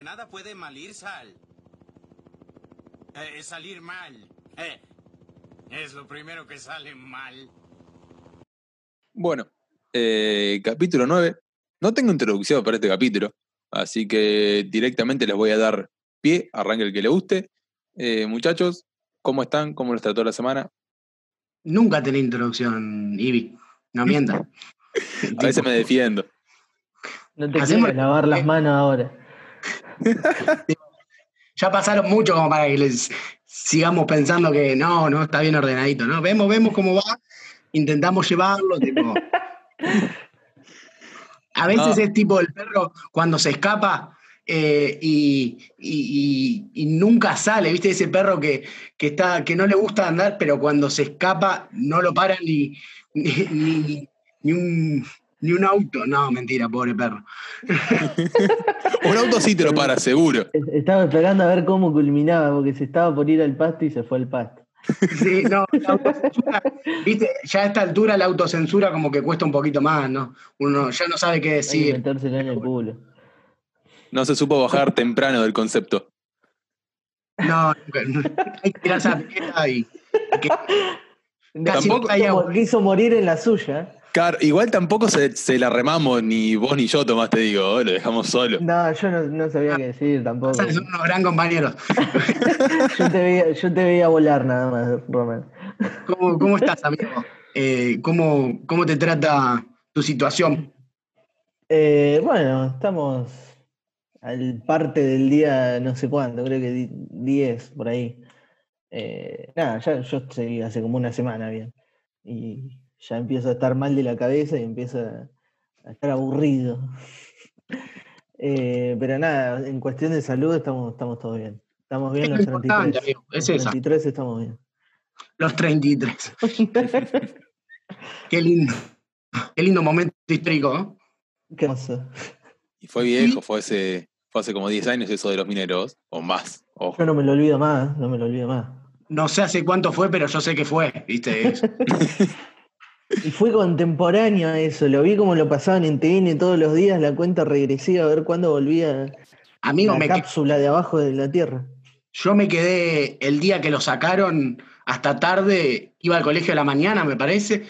nada puede malir salir mal. Es lo primero que sale mal. Bueno, capítulo 9. No tengo introducción para este capítulo, así que directamente les voy a dar pie, arranque el que le guste. Muchachos, ¿cómo están? ¿Cómo los trató la semana? Nunca tenés introducción, Ivy. No mientas. A veces me defiendo. No te quieres lavar las manos ahora. Ya pasaron mucho como para que les sigamos pensando que no está bien ordenadito, ¿no? Vemos cómo va, intentamos llevarlo, tipo. A veces es tipo el perro cuando se escapa y nunca sale, ¿viste? Ese perro que no le gusta andar, pero cuando se escapa no lo para ni un auto. No, mentira, pobre perro. Un auto sí te lo para, seguro. Estaba esperando a ver cómo culminaba, porque se estaba por ir al pasto y se fue al pasto. Sí, no, la autocensura, viste, ya a esta altura la autocensura como que cuesta un poquito más, ¿no? Uno ya no sabe qué decir. Hay que metérselo en el culo. No se supo bajar temprano del concepto. No, hay que tirarse a la pileta y que casi Tampoco quiso morir en la suya. Claro, igual tampoco se la remamos ni vos ni yo, Tomás, te digo, lo dejamos solo. No, yo no sabía qué decir tampoco. Son unos gran compañeros. Yo te veía volar nada más, Román. ¿Cómo estás, amigo? ¿Cómo te trata tu situación? Bueno, estamos al parte del día no sé cuánto, creo que 10 por ahí. Nada, yo estoy hace como una semana bien. Y ya empiezo a estar mal de la cabeza y empiezo a estar aburrido. Pero nada, en cuestión de salud estamos todos bien. Estamos bien los 33. Amigo, los 33 estamos bien. Los 33. Qué lindo momento histórico, ¿no? ¿Qué pasó? Y fue viejo, fue hace como 10 años eso de los mineros, o más. Ojo. Yo no me lo olvido más. No sé hace cuánto fue, pero yo sé que fue, ¿viste? Y fue contemporáneo a eso, lo vi como lo pasaban en TN todos los días, la cuenta regresiva, a ver cuándo volvía la cápsula de abajo de la Tierra. Yo me quedé el día que lo sacaron hasta tarde, iba al colegio a la mañana, me parece,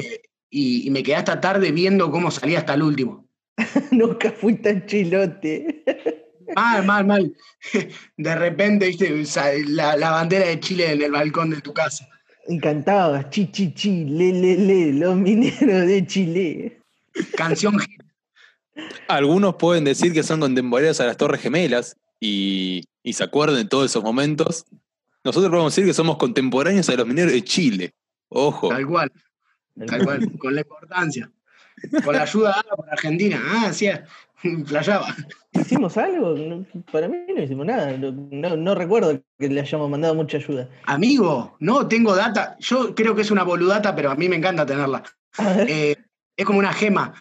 y me quedé hasta tarde viendo cómo salía hasta el último. Nunca fui tan chilote. Mal. De repente, viste, la bandera de Chile en el balcón de tu casa. Encantabas, chi, le, los mineros de Chile. Canción hit. Algunos pueden decir que son contemporáneos a las Torres Gemelas y se acuerdan de todos esos momentos. Nosotros podemos decir que somos contemporáneos a los mineros de Chile. Ojo. Tal cual, con la importancia. Con la ayuda dada por Argentina. Sí, flayaba. ¿Hicimos algo? Para mí no hicimos nada. No recuerdo que le hayamos mandado mucha ayuda. Amigo, no tengo data. Yo creo que es una boludata, pero a mí me encanta tenerla. Es como una gema.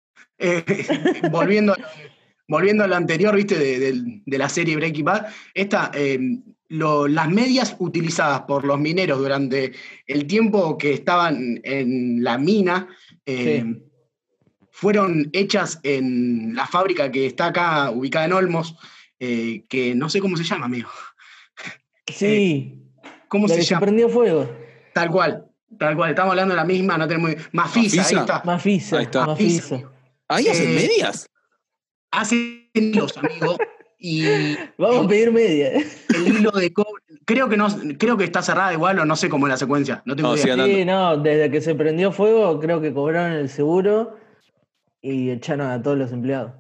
Volviendo a lo anterior, viste, de la serie Breaking Bad, las medias utilizadas por los mineros durante el tiempo que estaban en la mina, Sí. fueron hechas en la fábrica que está acá, ubicada en Olmos, que no sé cómo se llama, amigo. Sí. ¿Cómo se llama? Se prendió fuego. Tal cual. Estamos hablando de la misma, no tenemos... Mafisa, ahí está. Mafisa. Ahí está. Mafisa. ¿Ahí hacen medias? Hacen los amigos. Y vamos a pedir media. El hilo de cobre. Creo que está cerrada igual o no sé cómo es la secuencia. No tengo idea. Sí, no, desde que se prendió fuego creo que cobraron el seguro y echaron a todos los empleados.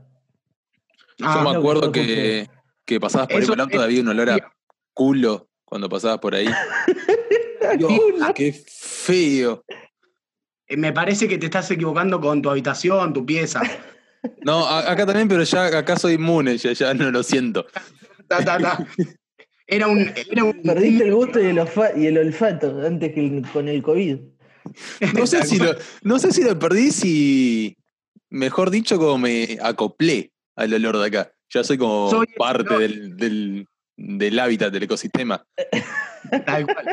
Yo me acuerdo que pasabas por ahí con el auto, había un olor a culo cuando pasabas por ahí. Dios, qué feo. Me parece que te estás equivocando con tu habitación, tu pieza. No, acá también, pero ya acá soy inmune, ya no lo siento. Era un Perdiste el gusto y el olfato antes que con el COVID. No sé si lo perdí, si mejor dicho, como me acoplé al olor de acá. Ya soy como parte del hábitat del ecosistema. Tal cual.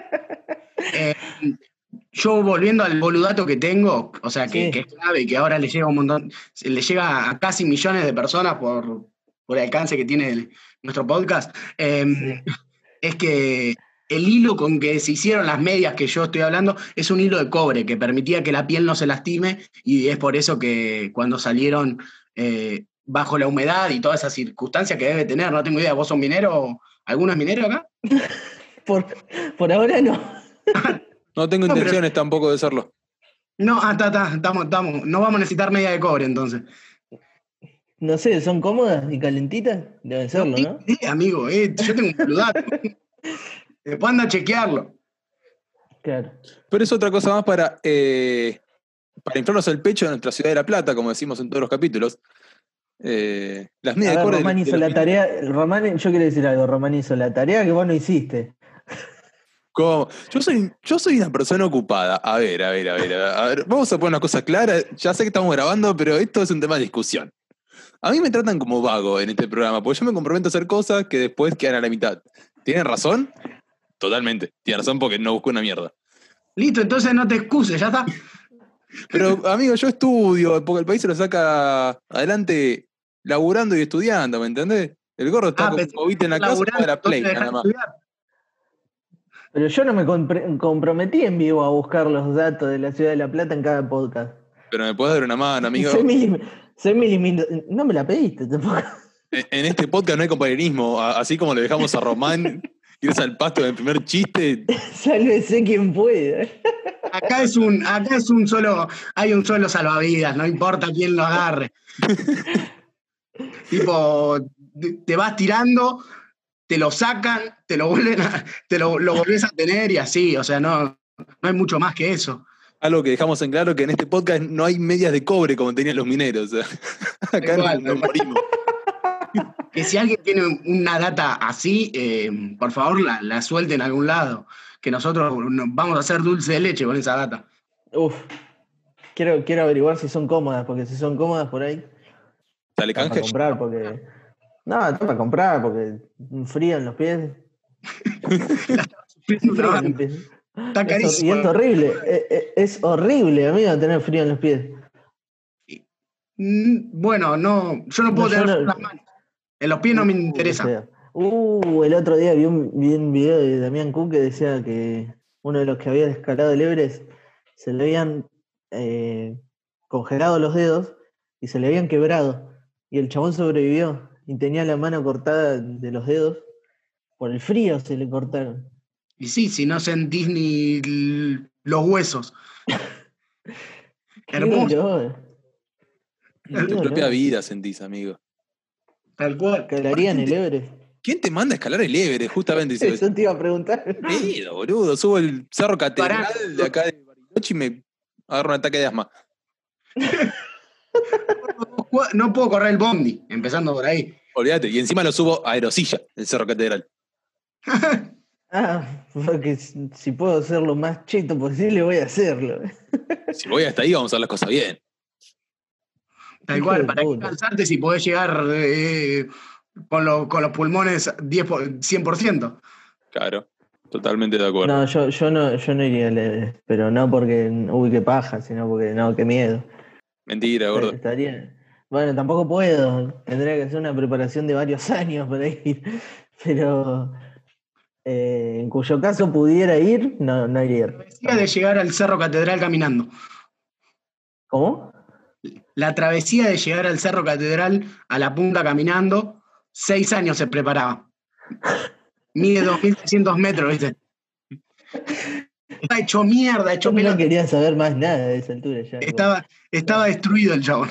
Yo volviendo al boludato que tengo, o sea, que es clave, que ahora le llega un montón, le llega a casi millones de personas por el alcance que tiene nuestro podcast, Sí. es que el hilo con que se hicieron las medias que yo estoy hablando es un hilo de cobre que permitía que la piel no se lastime y es por eso que cuando salieron bajo la humedad y todas esas circunstancias que debe tener, no tengo idea, ¿vos sos minero? ¿Alguno es minero acá? Por, por ahora no. No tengo No, pero- intenciones tampoco de serlo. No, estamos, no vamos a necesitar media de cobre entonces. No sé, ¿son cómodas y calentitas? Deben serlo, ¿no? Amigo, yo tengo un peludato. Después anda a chequearlo. Claro. Pero es otra cosa más para inflarnos el pecho de nuestra ciudad de La Plata, como decimos en todos los capítulos. Las A medias de ver, cobre Román de hizo los la mineros. tarea. Román, yo quiero decir algo, Román hizo la tarea que vos no hiciste. ¿Cómo? Yo soy una persona ocupada. A ver. Vamos a poner una cosa clara. Ya sé que estamos grabando, pero esto es un tema de discusión. A mí me tratan como vago en este programa, porque yo me comprometo a hacer cosas que después quedan a la mitad. ¿Tienen razón? Totalmente. Tienen razón porque no busco una mierda. Listo, entonces no te excuses, ya está. Pero, amigo, yo estudio, porque el país se lo saca adelante laburando y estudiando, ¿me entendés? El gorro está como Pensé que bobita en la casa, laburando, juega a la Play, entonces nada dejás de más. estudiar. Pero yo no me comprometí en vivo a buscar los datos de la ciudad de La Plata en cada podcast. Pero me podés dar una mano, amigo. No me la pediste tampoco. En este podcast no hay compañerismo, así como le dejamos a Román irse al pasto en el primer chiste. Sálvese quien pueda. Acá es un solo, hay un solo salvavidas, no importa quién lo agarre. Tipo, te vas tirando, te lo sacan, te lo vuelven lo volvés a tener y así, o sea, no hay mucho más que eso. Algo que dejamos en claro que en este podcast no hay medias de cobre como tenían los mineros. O sea, acá Igual, nos morimos. Que si alguien tiene una data así, por favor la suelte en algún lado, que nosotros vamos a hacer dulce de leche con esa data. Uf. Quiero averiguar si son cómodas, porque si son cómodas por ahí, Dale, están para canje. comprar, porque. No, están para comprar, porque frío en los pies. Frío en los pies. Está Y carísimo. es horrible. Es horrible, amigo, tener frío en los pies. Bueno, no, yo no puedo No, yo tener no- frío en las manos. En los pies no me interesa. qué feo. El otro día vi un video de Damián Cook que decía que uno de los que había escalado el Everest se le habían congelado los dedos y se le habían quebrado. Y el chabón sobrevivió y tenía la mano cortada de los dedos. Por el frío se le cortaron. Y sí, si no sentís ni los huesos. Qué Hermoso, dolor. En tu dolor. propia vida sentís, amigo. tal cual. ¿Escalarían el Everest? ¿Quién te manda a escalar el Everest? Justamente dice Eso te iba a preguntar. Pedo, boludo. Subo el Cerro Catedral de acá de Bariloche y me agarro un ataque de asma. No puedo correr el bondi, empezando por ahí. Olvídate. Y encima lo subo a Aerosilla, el Cerro Catedral. Porque si puedo ser lo más cheto posible, voy a hacerlo. Si voy hasta ahí, vamos a hacer las cosas bien. Tal Hijo cual, de ¿para qué puta. cansarte si podés llegar con los pulmones 100%? Claro, totalmente de acuerdo. No, yo no iría al Everest, pero no porque, uy, qué paja, sino porque, no, qué miedo. Mentira, gordo. Estaría. Bueno, tampoco puedo, tendría que hacer una preparación de varios años para ir, pero en cuyo caso pudiera ir, no iría. Travesía de llegar al Cerro Catedral caminando. ¿Cómo? La travesía de llegar al Cerro Catedral a la punta caminando, 6 años se preparaba. Mide 2.300 metros, ¿viste? Está hecho mierda, hecho Yo no pelota. quería saber más nada de esa altura ya. Estaba destruido el chabón.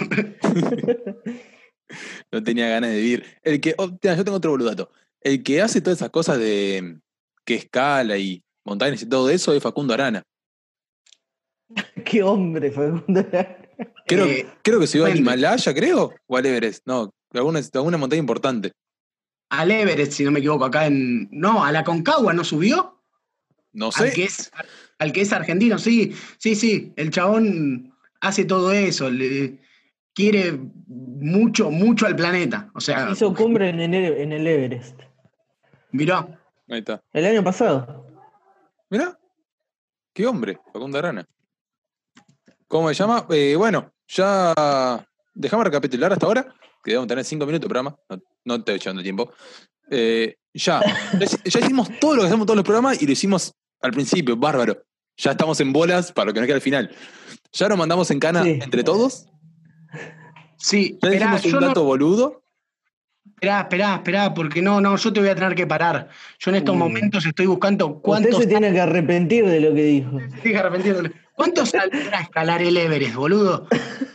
No tenía ganas de vivir. Yo tengo otro boludato. El que hace todas esas cosas de que escala y montañas y todo eso es Facundo Arana. Qué hombre, Facundo. Creo que se iba al depende. Himalaya, creo, o al Everest. No, alguna montaña importante. Al Everest, si no me equivoco, acá en. No, a la Concagua no subió. No Al sé. que es argentino, sí. El chabón hace todo eso. Le quiere mucho, mucho al planeta. O sea, Hizo cumbre en el Everest. mirá. Ahí está. El año pasado. Mirá. Qué hombre, Facundo Arana. ¿Cómo se llama? Bueno, ya dejamos recapitular hasta ahora, que debemos tener 5 minutos de programa, no te estoy echando tiempo. Ya hicimos todo lo que hacemos en todos los programas y lo hicimos al principio, bárbaro. Ya estamos en bolas para lo que nos queda al final. Ya nos mandamos en cana Sí. entre todos. Sí, Ya esperá, dijimos un dato boludo. esperá, porque no, yo te voy a tener que parar. Yo en estos momentos estoy buscando Usted cuántos. se tiene que arrepentir de lo que dijo. Estoy arrepentido. ¿Cuánto saldrá escalar el Everest, boludo?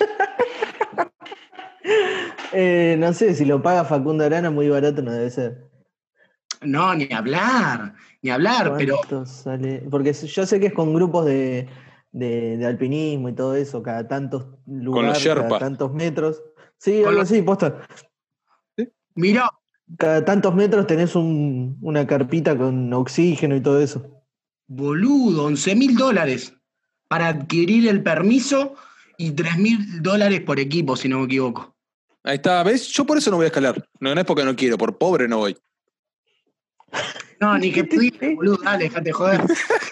No sé, si lo paga Facundo Arana, muy barato no debe ser. No, ni hablar, pero ¿Cuánto sale? Porque yo sé que es con grupos de alpinismo y todo eso, cada tantos lugares, cada Sherpas. tantos metros. Sí, Con algo los- así, posta. mirá, Cada tantos metros tenés una carpita con oxígeno y todo eso. boludo, $11.000 para adquirir el permiso y $3.000 por equipo, si no me equivoco. Ahí está, ¿ves? Yo por eso no voy a escalar. No es porque no quiero, por pobre no voy. No, ni que pudiera, boludo, dale, déjate joder.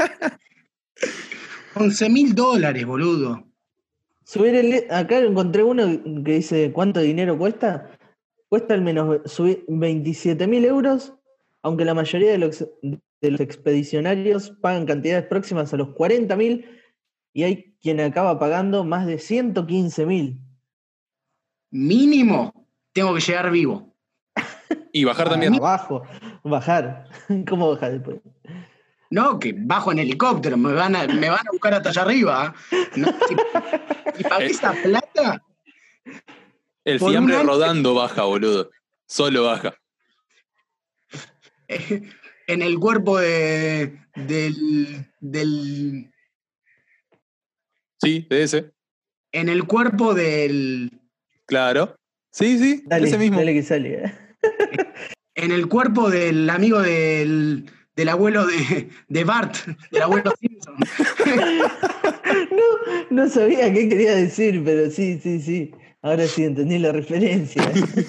$11.000, boludo. Acá encontré uno que dice ¿cuánto dinero cuesta? Cuesta al menos subir 27.000 euros, aunque la mayoría de los expedicionarios pagan cantidades próximas a los 40.000 y hay quien acaba pagando más de 115.000. Mínimo, tengo que llegar vivo. Y bajar también. Bajar. ¿Cómo bajar después? No, que bajo en helicóptero, me van a buscar hasta allá arriba. No, si pagué esa plata, El por fiambre un año- rodando baja, boludo. Solo baja. en el cuerpo del Sí, de ese. en el cuerpo del Claro. Sí, Dale, ese mismo. dale que sale. en el cuerpo del amigo del abuelo de Bart, del abuelo Simpson. No sabía qué quería decir, pero sí. Ahora sí entendí la referencia.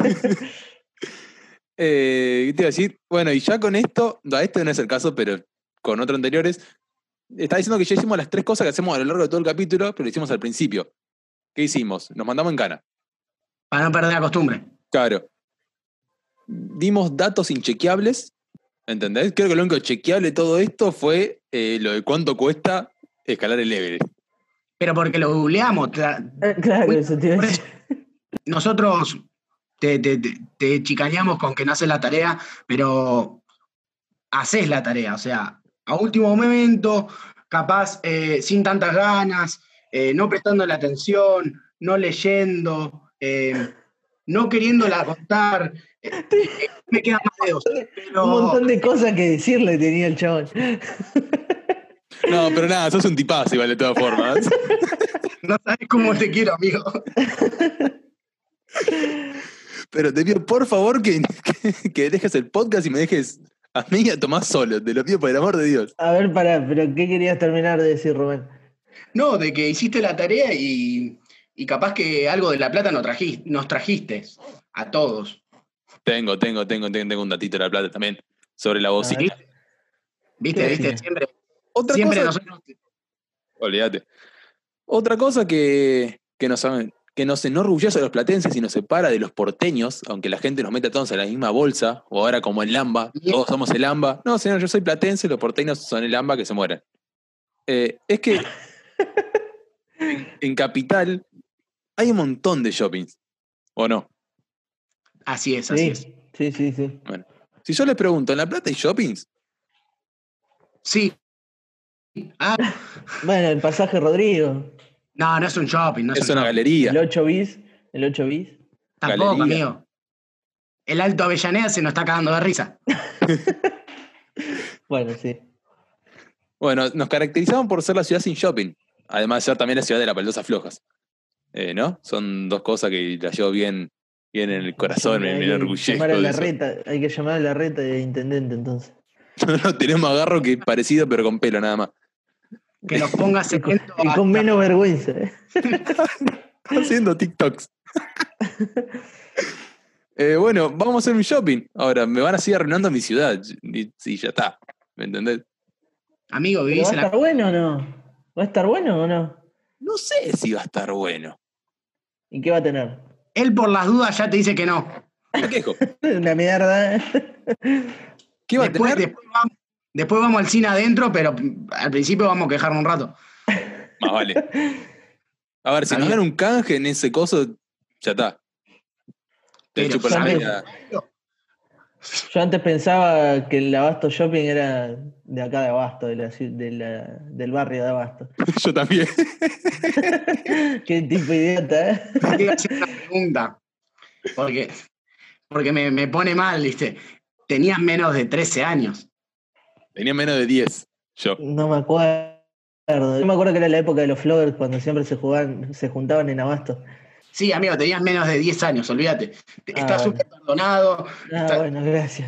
¿Qué te iba a decir? Bueno, y ya con esto, este no es el caso, pero con otros anteriores, está diciendo que ya hicimos las 3 cosas que hacemos a lo largo de todo el capítulo, pero lo hicimos al principio. ¿Qué hicimos? Nos mandamos en cana. Para no perder la costumbre. Claro. Dimos datos inchequeables, ¿entendés? Creo que lo único chequeable de todo esto fue lo de cuánto cuesta escalar el Everest. Pero porque lo googleamos. Claro, eso te iba a decir. Nosotros te chicañamos con que no haces la tarea, pero haces la tarea. O sea, a último momento, capaz sin tantas ganas, no prestando la atención, no leyendo, no queriéndola contar. Me quedan más dedos. Pero Un montón de cosas que decirle tenía el chabón. No, pero nada, sos un tipazo igual de todas formas. no sabes cómo te quiero, amigo. Pero te pido, por favor, que dejes el podcast y me dejes a mí y a Tomás solo. Te lo pido por el amor de Dios. A ver, pará, pero ¿qué querías terminar de decir, Rubén? No, de que hiciste la tarea y capaz que algo de la plata nos trajiste a todos. Tengo un datito de La Plata también sobre la bocina. ¿Viste? Decime. Otra Siempre cosa, nosotros. olvídate. Otra cosa que nos enorgullece a los platenses y nos separa de los porteños, aunque la gente nos mete a todos en la misma bolsa, o ahora como el AMBA, todos somos el AMBA. No, señor, yo soy platense, los porteños son el AMBA que se mueren. Es que en Capital hay un montón de shoppings, ¿o no? Así es. Sí. Bueno, si yo les pregunto, ¿en La Plata hay shoppings? Sí. Ah, Bueno, el pasaje Rodrigo. no es un shopping. No Es un una shopping. galería. El 8 bis. Tampoco, Galería. amigo. El Alto Avellaneda se nos está cagando de risa. Bueno, sí. Bueno, nos caracterizaban por ser la ciudad sin shopping, además de ser también la ciudad de las baldosas flojas. ¿No? Son 2 cosas que las llevo bien en el corazón, me enorgullezco de eso. Hay que llamar a la reta de intendente entonces. No tenemos agarro que es parecido pero con pelo nada más. Que nos ponga Y con, cemento. y con menos vergüenza. Haciendo TikToks. Bueno, vamos a hacer un shopping. Ahora, me van a seguir arruinando mi ciudad. Y sí, ya está. ¿Me entendés? Amigo, ¿Pero vivís va a en estar bueno o no? ¿Va a estar bueno o no? No sé si va a estar bueno. ¿Y qué va a tener? Él por las dudas ya te dice que no. Me quejo. Una mierda. ¿Qué va a tener? Después vamos al cine adentro, pero al principio vamos a quejarnos un rato. Más vale. A ver, si nos dan un canje en ese coso, ya está. Te Pero, chupa la ¿sabes? media. Yo antes pensaba que el Abasto Shopping era de acá de Abasto, del barrio de Abasto. Yo también. Qué tipo idiota, ¿eh? Te iba a hacer una pregunta. Porque me pone mal, ¿viste? Tenías menos de 13 años. Tenía menos de 10, yo. No me acuerdo. Yo me acuerdo que era la época de los floggers cuando siempre se juntaban en Abasto. Sí, amigo, tenías menos de 10 años, olvídate. Estás bueno. súper perdonado. Bueno, gracias.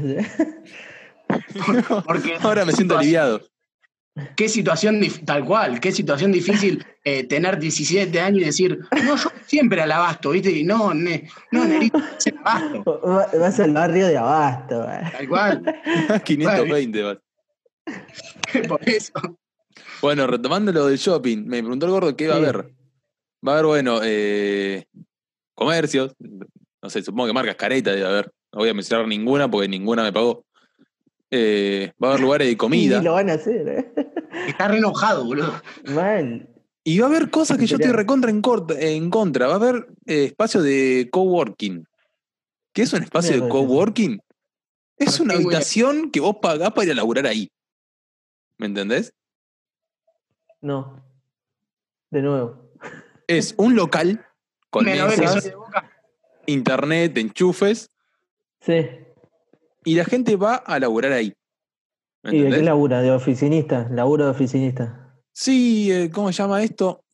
Porque Ahora me siento aliviado. Qué situación, tal cual, qué situación difícil tener 17 años y decir, no, yo siempre al Abasto, ¿viste? Y no, Nerito, es el Abasto. Vas al barrio de Abasto. Tal cual. 520 vas. Por eso. Bueno, retomando lo del shopping, me preguntó el gordo qué va a haber. Va a haber, bueno, comercios, no sé, supongo que marcas caretas debe haber. No voy a mencionar ninguna porque ninguna me pagó. Va a haber lugares de comida. Y lo van a hacer, ¿eh? Está re enojado, boludo. Mal. Y va a haber cosas que yo estoy recontra en contra. Va a haber espacio de coworking. ¿Qué es un espacio de coworking? Es una habitación que vos pagás para ir a laburar ahí. ¿Me entendés? No. De nuevo. Es un local con mesas, de Boca. internet, enchufes, Sí. y la gente va a laburar ahí. ¿Me ¿Y de entendés? qué labura? ¿De oficinista? Laburo de oficinista. Sí, ¿cómo se llama esto?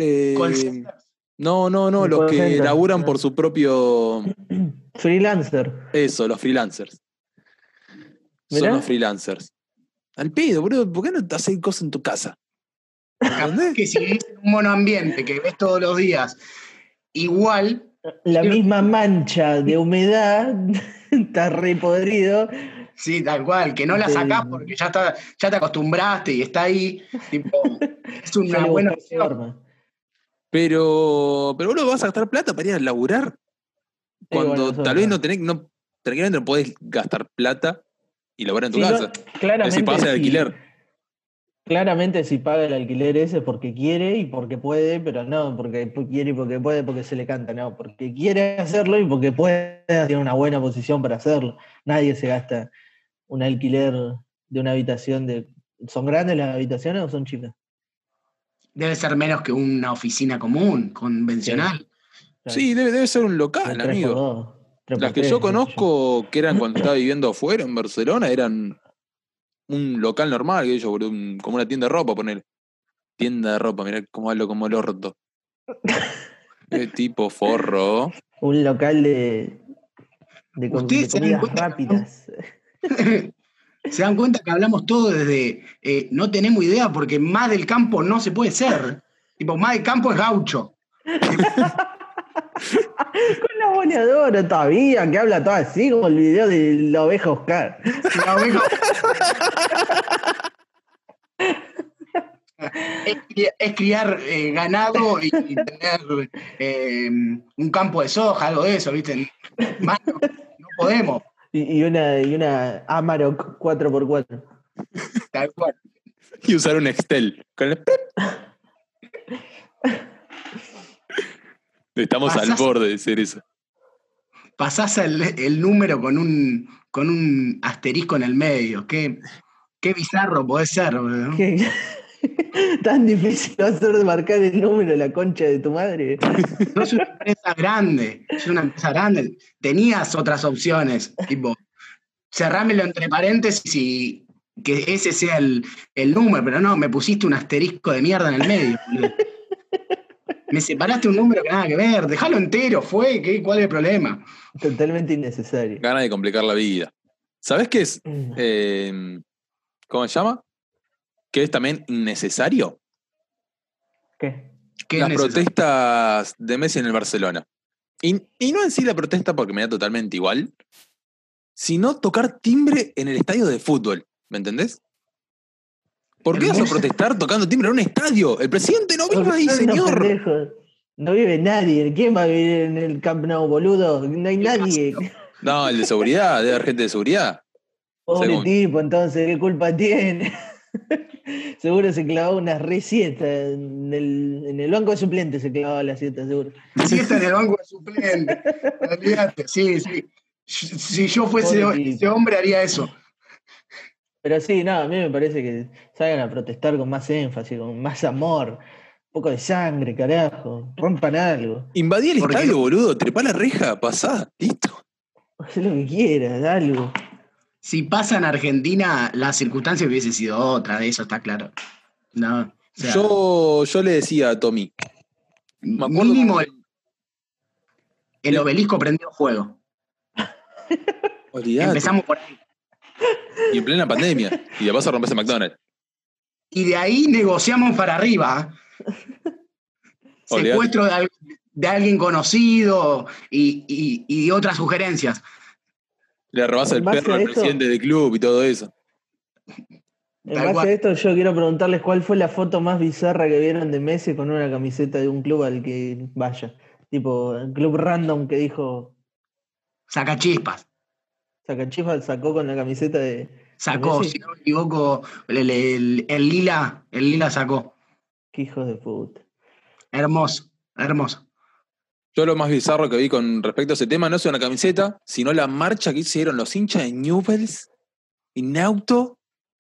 No, Un los call que center. laburan por su propio... Freelancer. Eso, los freelancers. ¿Mirá? Son los freelancers. Al pedo, boludo, ¿por qué no te haces cosas en tu casa? ¿Entendés? Que si vivís en un monoambiente que ves todos los días igual. La misma mancha de humedad está re podrido. Sí, tal cual, que no la sacás porque ya te acostumbraste y está ahí. Tipo, es una buena opción. Pero boludo, vas a gastar plata para ir a laburar. Cuando bueno, tal vez tranquilamente no podés gastar plata y laburar en tu casa. Claramente, es decir, pagás el alquiler. Claramente si paga el alquiler ese porque quiere y porque puede, pero no porque quiere y porque puede, porque se le canta, no, porque quiere hacerlo y porque puede, tiene una buena posición para hacerlo. Nadie se gasta un alquiler de una habitación de... ¿Son grandes las habitaciones o son chicas? Debe ser menos que una oficina común, convencional. Sí, debe ser un local, amigo. Las que yo conozco, que eran cuando estaba viviendo afuera en Barcelona, eran un local normal, que yo, como una tienda de ropa, poner. Tienda de ropa, mirá cómo hablo como el orto. Qué tipo forro. Un local de comidas rápidas. Se dan cuenta que hablamos todo desde no tenemos idea porque más del campo no se puede ser. Tipo, más del campo es gaucho. Con la boleadora todavía, que habla todo así como el video de la oveja Oscar. La oveja es criar ganado y tener un campo de soja, algo de eso, ¿viste? Más no podemos. Y una Amarok 4x4. Tal cual. Y usar un Excel. Con el... Estamos al borde de ser eso. Pasás el número con un asterisco en el medio. Qué bizarro podés ser, boludo. Tan difícil va a ser de marcar el número de la concha de tu madre. No es una empresa grande. Tenías otras opciones. Tipo, cerrámelo entre paréntesis y que ese sea el número. Pero no, me pusiste un asterisco de mierda en el medio, boludo. Me separaste un número que nada que ver, dejalo entero, ¿cuál es el problema? Totalmente innecesario. Gana de complicar la vida. ¿Sabés qué es? ¿Cómo se llama? ¿Qué es también innecesario? ¿Qué? Las protestas de Messi en el Barcelona. Y no en sí la protesta porque me da totalmente igual, sino tocar timbre en el estadio de fútbol, ¿me entendés? ¿Por qué vas a protestar tocando timbre en un estadio? El presidente no vive ahí, señor. No vive nadie. ¿Quién va a vivir en el Camp Nou, boludo? No hay nadie. No, el de seguridad, debe haber gente de seguridad. Pobre Según. tipo, entonces, ¿qué culpa tiene? Seguro se clavó una re siesta en el banco de suplentes, se clavaba la siesta, seguro. Sí, está en el banco de suplente. Olvídate, sí. Si yo fuese Pobre tipo. ese hombre, haría eso. Pero sí, no, a mí me parece que salgan a protestar con más énfasis, con más amor, un poco de sangre, carajo, rompan algo, Invadí el Porque- estadio, boludo. Trepá la reja, pasá, listo. haz lo que quieras, algo. Si pasa en Argentina, la circunstancia hubiese sido otra, de eso está claro. No, o sea, Yo le decía a Tommy. Me acuerdo mínimo que- el obelisco prendió fuego. Olvidate. Empezamos por ahí. Y en plena pandemia. Y de paso rompes McDonald's. Y de ahí negociamos para arriba. Olvidate. Secuestro de alguien conocido y otras sugerencias. Le robás el En base perro a al esto- presidente del club y todo eso. En Tal base cual. a esto, yo quiero preguntarles cuál fue la foto más bizarra que vieron de Messi con una camiseta de un club al que vaya. Tipo, el club random que dijo, Saca chispas. Sacachispas sacó con la camiseta de Sacó, Messi. si no me equivoco, el lila sacó. Qué hijos de puta. Hermoso. Yo lo más bizarro que vi con respecto a ese tema no es una camiseta, sino la marcha que hicieron los hinchas de Newell's en auto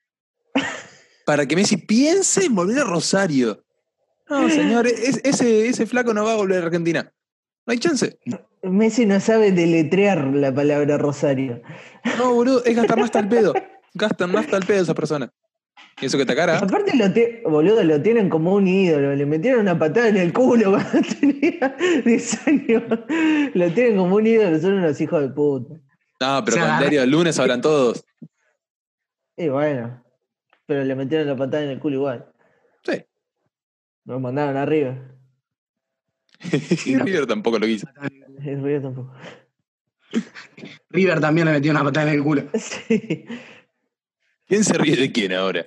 para que Messi piense en volver a Rosario. No, señor, ese flaco no va a volver a Argentina. No hay chance. Messi no sabe deletrear la palabra Rosario. No, boludo, es gastar nafta al pedo. Gastan nafta al pedo esa persona. Y eso que te cara. Aparte, boludo, lo tienen como un ídolo. Le metieron una patada en el culo cuando tenía 10 años. Lo tienen como un ídolo, son unos hijos de puta. No, pero Se con el agarra- diario del lunes hablan todos. Y bueno, pero le metieron la patada en el culo igual. Sí. Lo mandaron arriba. Y River tampoco lo quiso. El Río tampoco. River también le metió una patada en el culo. Sí. ¿Quién se ríe de quién ahora?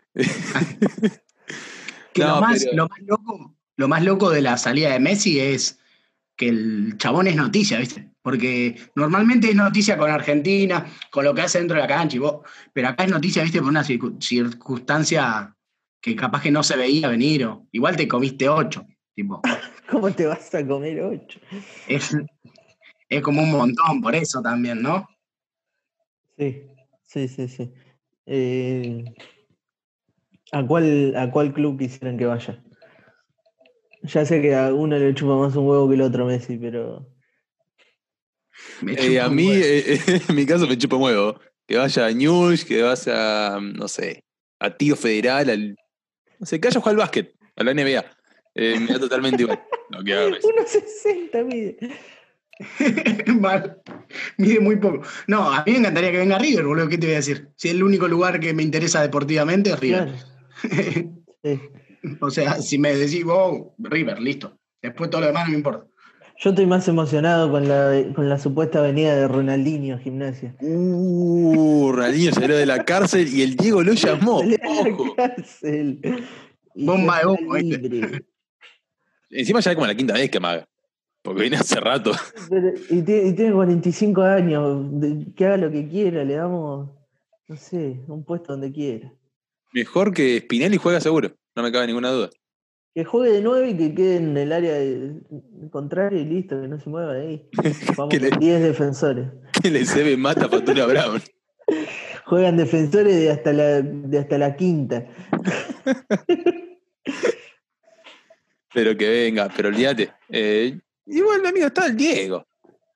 Que No, pero- lo más loco de la salida de Messi es que el chabón es noticia, ¿viste? Porque normalmente es noticia con Argentina, con lo que hace dentro de la cancha, pero acá es noticia, ¿viste? Por una circunstancia que capaz que no se veía venir, o igual te comiste 8, tipo. ¿Cómo te vas a comer 8? Es como un montón, por eso también, ¿no? Sí. ¿A cuál club quisieran que vaya? Ya sé que a uno le chupa más un huevo que el otro Messi, pero Me chupa A un mí, huevo. en mi caso, me chupa un huevo. Que vaya a News, que vaya, no sé, a Tiro Federal, no sé, que haya jugado al básquet, a la NBA. Me da totalmente igual. No, que haga Messi. 1.60 mide. Mal. Mide muy poco. No, a mí me encantaría que venga River, boludo. ¿Qué te voy a decir? Si es el único lugar que me interesa deportivamente es River. Claro. Sí. O sea, si me decís vos, River, listo. Después todo lo demás no me importa. Yo estoy más emocionado con la supuesta venida de Ronaldinho a Gimnasia. Ronaldinho salió de la cárcel y el Diego lo llamó. Salió de la Ojo. cárcel. Y Bomba ya de está humo, ¿viste? libre. Encima ya es como la quinta vez que amaga. Porque viene hace rato. Y tiene 45 años. Que haga lo que quiera, le damos, no sé, un puesto donde quiera. Mejor que Spinelli juega seguro. No me cabe ninguna duda. Que juegue de 9 y que quede en el área contraria y listo, que no se mueva de ahí. Vamos Que le- con 10 defensores. Que le se mata a Fatura Brown. Juegan defensores de hasta la quinta. Pero que venga, pero olvídate. Igual, amigo, está el Diego.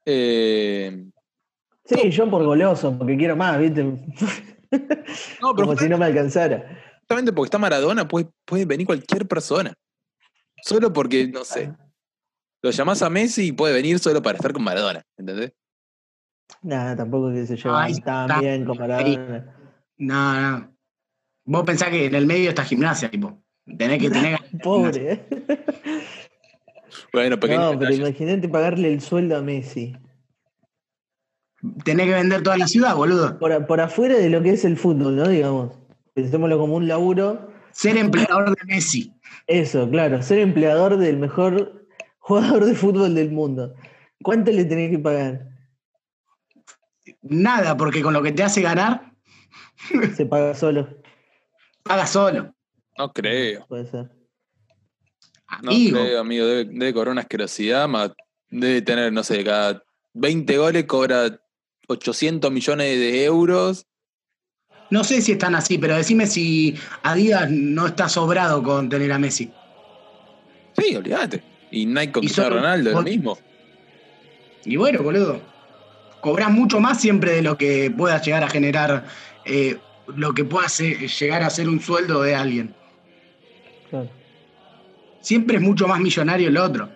Sí, yo por goloso, porque quiero más, ¿viste? No, pero Como si no me alcanzara. justamente porque está Maradona, puede venir cualquier persona. Solo porque, no sé. Lo llamás a Messi y puede venir solo para estar con Maradona, ¿entendés? Nada, tampoco que se llevan Ay, tan está bien con Maradona. No. Vos pensás que en el medio está Gimnasia, tipo. Tenés que tener ganas de Gimnasia. Pobre, ¿eh? Bueno, pequeño No, pero detalle. imagínate pagarle el sueldo a Messi. Tenés que vender toda la ciudad, boludo. Por afuera de lo que es el fútbol, ¿no? Digamos. Pensémoslo como un laburo. Ser empleador de Messi. Eso, claro, ser empleador del mejor jugador de fútbol del mundo. ¿Cuánto le tenés que pagar? Nada, porque con lo que te hace ganar, Se paga solo. paga solo. No creo. Puede ser. No Amigo, creo, amigo. Debe cobrar una asquerosidad. Debe tener, no sé, cada 20 goles cobra 800 millones de euros. no sé si están así, pero decime si Adidas no está sobrado con tener a Messi. Sí, olvídate. Y Nike con Y Cristiano solo- Ronaldo, lo vos- mismo. Y bueno, boludo, cobrás mucho más siempre de lo que pueda llegar a generar, lo que pueda llegar a ser un sueldo de alguien. Claro. Siempre es mucho más millonario el otro.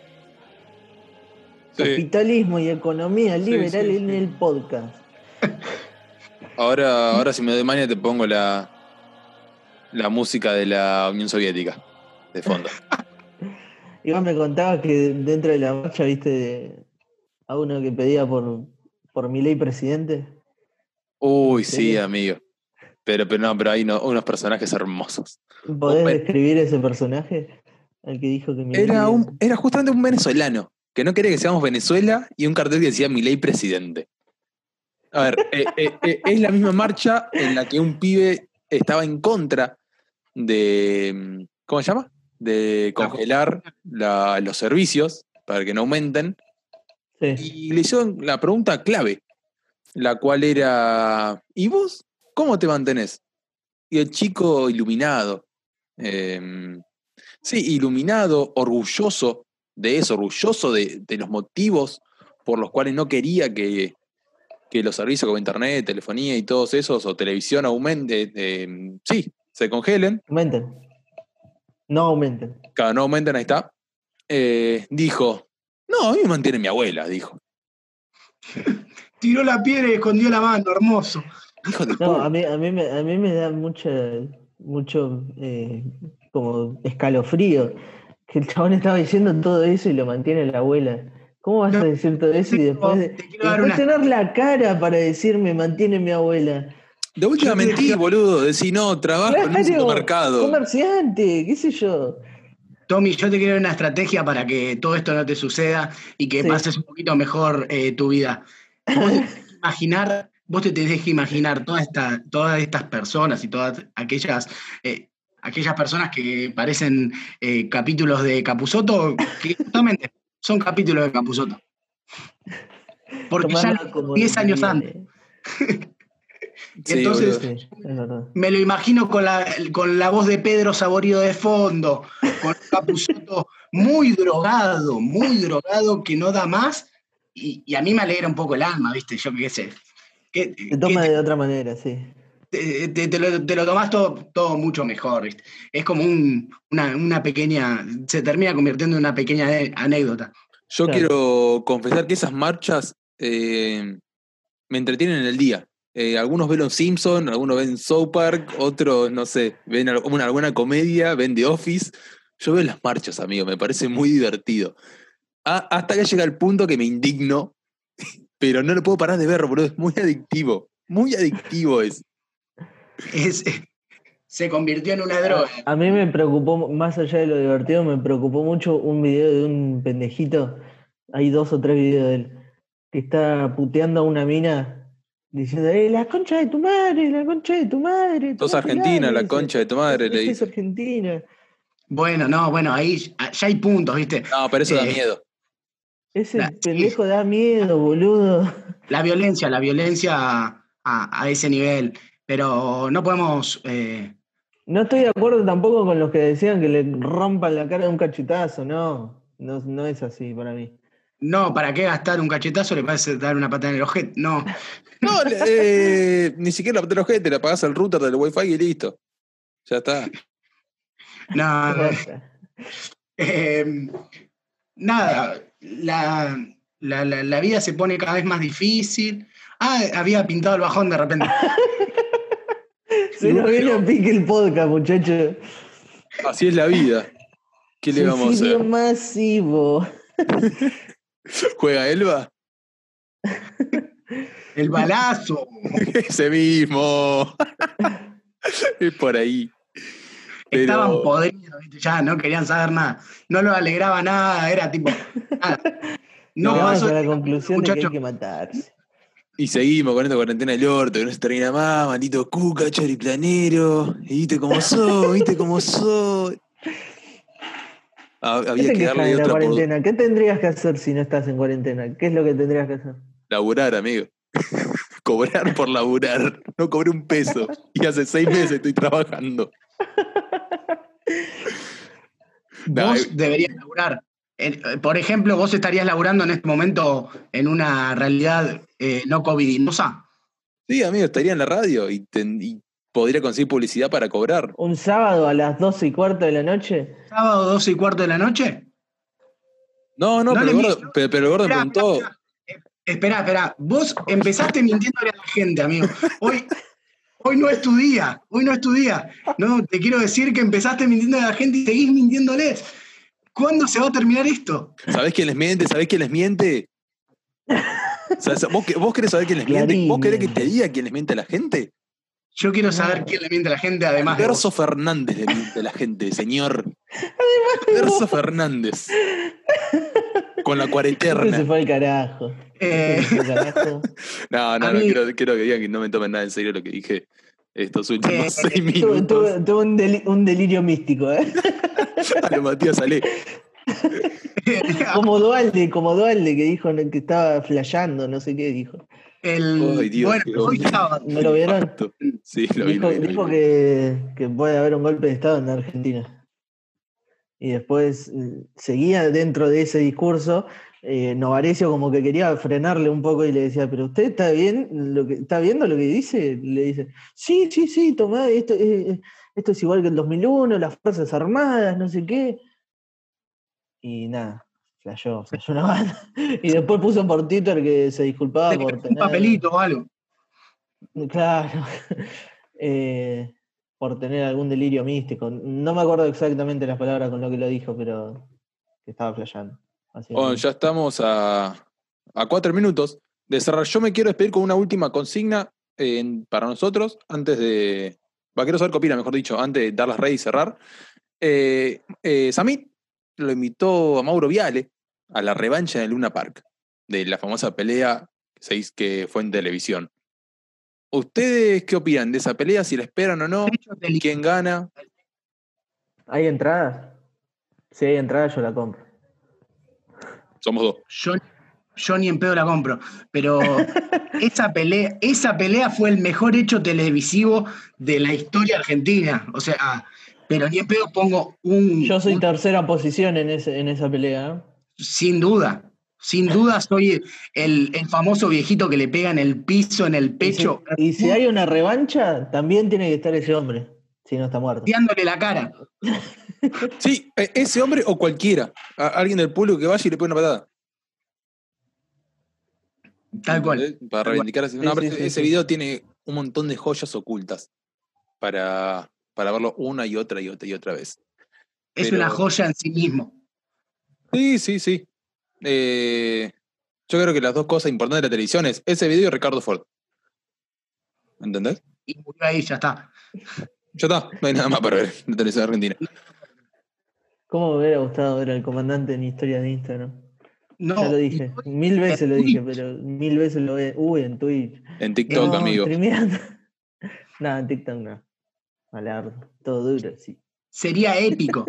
Sí. Capitalismo y economía Sí, liberal sí, en sí. el podcast. Ahora si me doy maña te pongo la música de la Unión Soviética de fondo. Igual me contabas que dentro de la marcha viste a uno que pedía por Milei presidente. Uy, ¿En sí, serio? amigo. Pero no, pero hay unos personajes hermosos. ¿Podés Un describir ese personaje? Al que dijo que Milei Era justamente un venezolano que no quería que seamos Venezuela y un cartel que decía Milei presidente. A ver, es la misma marcha en la que un pibe estaba en contra de, ¿cómo se llama? De congelar los servicios para que no aumenten. Sí. Y le hicieron la pregunta clave, la cual era, ¿y vos cómo te mantenés? Y el chico iluminado, sí, iluminado, orgulloso de eso, orgulloso de los motivos por los cuales no quería que los servicios como internet, telefonía y todos esos, o televisión aumenten, sí, se congelen, Aumenten. No aumenten. cada no aumenten, ahí está, dijo, no, a mí me mantiene mi abuela, dijo. Tiró la piedra y escondió la mano, hermoso. Hijo de No, puta. a mí me da mucho como escalofrío que el chabón estaba diciendo todo eso y lo mantiene la abuela. ¿Cómo vas No, a decir todo eso y te quiero dar después una. tener la cara para decirme mantiene mi abuela? De última Yo te mentí, quiero- boludo, decir, no, trabajo en un Claro, supermercado. comerciante, qué sé yo. Tommy, yo te quiero dar una estrategia para que todo esto no te suceda y que Sí. pases un poquito mejor tu vida. Vos te tenés que imaginar todas estas personas y todas aquellas personas que parecen capítulos de Capusotto, que justamente son capítulos de Capusotto. Porque ya lo Tomarlo hizo como 10 te años antes. viene. Y Sí, entonces boludo. Sí, es verdad. me lo imagino con la voz de Pedro Saborido de fondo, con Capusotto muy drogado, que no da más. Y a mí me alegra un poco el alma, ¿viste? Yo qué sé. Que, Se toma de otra manera, sí. te lo tomás todo mucho mejor, ¿viste? Es como una pequeña. Se termina convirtiendo en una pequeña anécdota. Yo Claro. quiero confesar que esas marchas me entretienen en el día. Algunos ven Los Simpsons, algunos ven South Park, otros, no sé, ven alguna comedia, ven The Office. Yo veo las marchas, amigo, me parece muy divertido. Hasta que llega el punto que me indigno, pero no lo puedo parar de ver, boludo, es muy adictivo es. Se convirtió en una droga. A mí me preocupó, más allá de lo divertido, me preocupó mucho un video de un pendejito. Hay 2 o 3 videos de él que está puteando a una mina diciendo, la concha de tu madre, la concha de tu madre. Sos tómatela", argentina, le la dice. concha de tu madre, le Es dice. argentina. Bueno, ahí ya hay puntos, ¿viste? No, pero eso da miedo. Ese Sí. pendejo da miedo, boludo. La violencia a ese nivel. Pero no podemos. No estoy de acuerdo tampoco con los que decían que le rompan la cara de un cachetazo, no. No es así para mí. No, ¿para qué gastar un cachetazo? Le parece dar una patada en el ojete. No. No, ni siquiera la ojete, le apagás el router del Wi-Fi y listo. Ya está. No. Nada. La vida se pone cada vez más difícil. Había pintado el bajón de repente. Se nos viene a pique el podcast, muchachos. Así es la vida. ¿Qué le vamos a Suicidio hacer? masivo. ¿Juega Elba? El balazo. Ese mismo. Es por ahí. Pero- Estaban podridos, ¿viste? Ya no querían saber nada. No los alegraba nada. Era tipo. Nada. No Llegamos pasó a la este conclusión de que hay muchacho. que matarse. Y seguimos con esta cuarentena del orto, que no se termina más, maldito cuca, choriplanero. Y viste cómo sos, viste cómo sos. ¿Qué Había te que quejas darle en la otra por cuarentena? ¿Qué tendrías que hacer si no estás en cuarentena? ¿Qué es lo que tendrías que hacer? laburar, amigo. Cobrar por laburar. No cobré un peso. Y hace 6 meses estoy trabajando. Nah, Vos deberías laburar. Por ejemplo, vos estarías laburando en este momento en una realidad no covidinosa. sí, amigo, estaría en la radio y podría conseguir publicidad para cobrar. ¿Un sábado a las 12:15 de la noche? ¿Sábado 12:15 de la noche? No, No pero le el mientas. gordo, pero el gordo me preguntó. Espera. Vos empezaste mintiéndole a la gente, amigo. Hoy no es tu día. Hoy no es tu día. No, te quiero decir que empezaste mintiendo a la gente y seguís mintiéndoles. ¿Cuándo se va a terminar esto? ¿Sabés quién les miente? ¿Sabés quién les miente? ¿Vos querés saber quién les miente? Clarín ¿Vos querés que te miente. diga quién les miente a la gente? Yo quiero saber quién le miente a la gente además de Verso vos. Fernández le miente a la gente, señor. Verso Fernández. Con la Este se cuareterna. fue al carajo. Este se fue al carajo. No, A mí- quiero que digan que no me tomen nada en serio lo que dije estos últimos Eh, 6 Tuvo minutos. un delirio místico, ¿eh? A lo Matías Ale. Como Dualde que dijo que estaba flasheando, no sé qué dijo. Ay, Dios, Bueno, qué hoy hombre. sábado. ¿No lo vieron? Nefasto. Sí, lo vi. Dijo que puede haber un golpe de Estado en Argentina. Y después seguía dentro de ese discurso. Novarecio como que quería frenarle un poco y le decía, pero usted está está viendo lo que dice. Le dice, sí, tomá, esto es igual que el 2001, las Fuerzas Armadas, no sé qué. Y nada, flasheó una banda. Y después puso por Twitter que se disculpaba por Un tener... papelito o algo. Claro. Por tener algún delirio místico. No me acuerdo exactamente las palabras con lo que lo dijo, pero que estaba flasheando. Bueno, ya estamos a 4 minutos de cerrar. Yo me quiero despedir con una última consigna para nosotros, antes de. Quiero saber qué opina, mejor dicho, antes de dar las redes y cerrar. Samit lo invitó a Mauro Viale a la revancha en el Luna Park, de la famosa pelea que fue en televisión. ¿Ustedes qué opinan de esa pelea? Si la esperan o no, ¿quién gana? ¿Hay entradas? Si hay entradas, yo la compro. Somos 2. Yo ni en pedo la compro, pero esa pelea fue el mejor hecho televisivo de la historia argentina. O sea, pero ni en pedo pongo Yo soy tercera posición en esa pelea. sin duda. Sin duda soy el famoso viejito que le pega en el piso, en el pecho, Y si hay una revancha, también tiene que estar ese hombre, si no está muerto. pateándole la cara. Sí, ese hombre o cualquiera. Alguien del público que vaya y le pone una patada. Tal cual. Para reivindicar ese. No, pero ese Sí. video tiene un montón de joyas ocultas para verlo una y otra vez. Es una joya en sí mismo. Sí. Yo creo que las dos cosas importantes de la televisión es ese video y Ricardo Ford. ¿Entendés? Y murió ahí, ya está. Ya está, no hay nada más para ver en la televisión argentina. ¿Cómo me hubiera gustado ver al comandante en historia de Instagram? No, ya lo dije, 1000 veces lo dije, pero 1000 veces lo ve. En Twitch. En TikTok, No, amigo. streameando. No, en TikTok no. Malardo, todo duro, sí. Sería épico.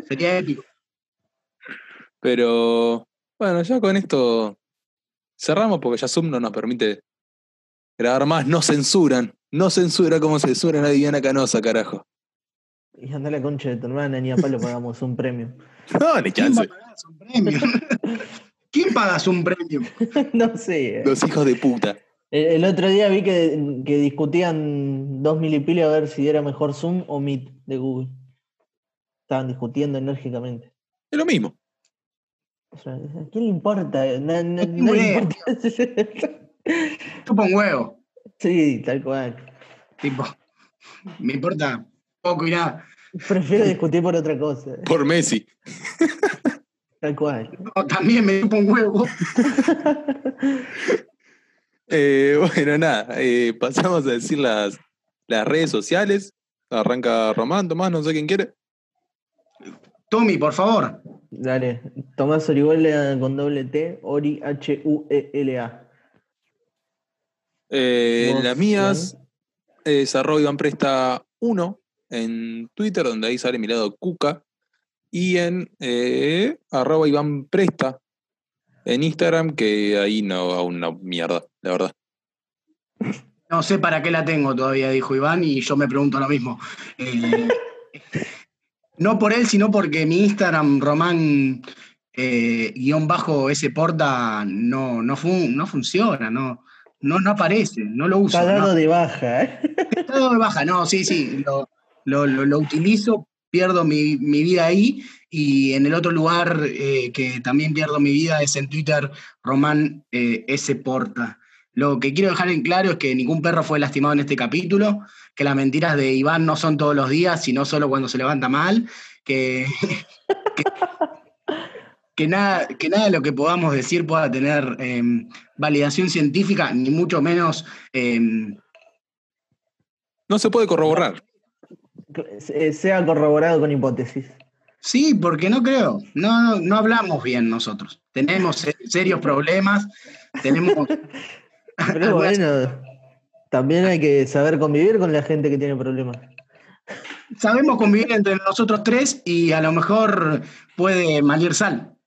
Pero bueno, ya con esto cerramos porque ya Zoom no nos permite grabar más. No censura como censuran a Diana Canosa, carajo. Y anda la concha de tu hermana, ni a palo pagamos un premio. No, ni ¿Quién va chance. a pagar un premio? ¿Quién pagas un premio? No sé. Los hijos de puta. El otro día vi que discutían 2000 y pila a ver si era mejor Zoom o Meet de Google. Estaban discutiendo enérgicamente. Es lo mismo. O sea, ¿a quién le importa? No tengo le idea. importa. Chupa un huevo. Sí, tal cual. Tipo, me importa poco y nada. Prefiero discutir por otra cosa. Por Messi. Tal cual. No, también me chupa un huevo. Bueno, nada. Pasamos a decir las redes sociales. Arranca Román, Tomás, no sé quién quiere. Tommy, por favor. Dale. Tomás Orihuela con doble T, Ori Huela. ¿Vos, Las mías es @IvanPresta1 en Twitter, donde ahí sale mi lado Cuca, y en @IvanPresta en Instagram, que ahí no hago una mierda, la verdad. No sé para qué la tengo todavía, dijo Iván, y yo me pregunto lo mismo. No por él, sino porque mi Instagram, Román _S Porta, no funciona, no aparece, no lo Está uso. No. dado de baja, ¿eh? Está dado de baja, no, sí, lo utilizo, pierdo mi vida ahí, y en el otro lugar que también pierdo mi vida es en Twitter, Román S Porta. Lo que quiero dejar en claro es que ningún perro fue lastimado en este capítulo, que las mentiras de Iván no son todos los días, sino solo cuando se levanta mal, que, que nada de lo que podamos decir pueda tener validación científica, ni mucho menos... No se puede corroborar. Sea corroborado con hipótesis. Sí, porque no creo. No hablamos bien nosotros. Tenemos serios problemas. Tenemos Pero algunas. bueno, también hay que saber convivir con la gente que tiene problemas. Sabemos convivir entre nosotros tres y a lo mejor puede malir sal.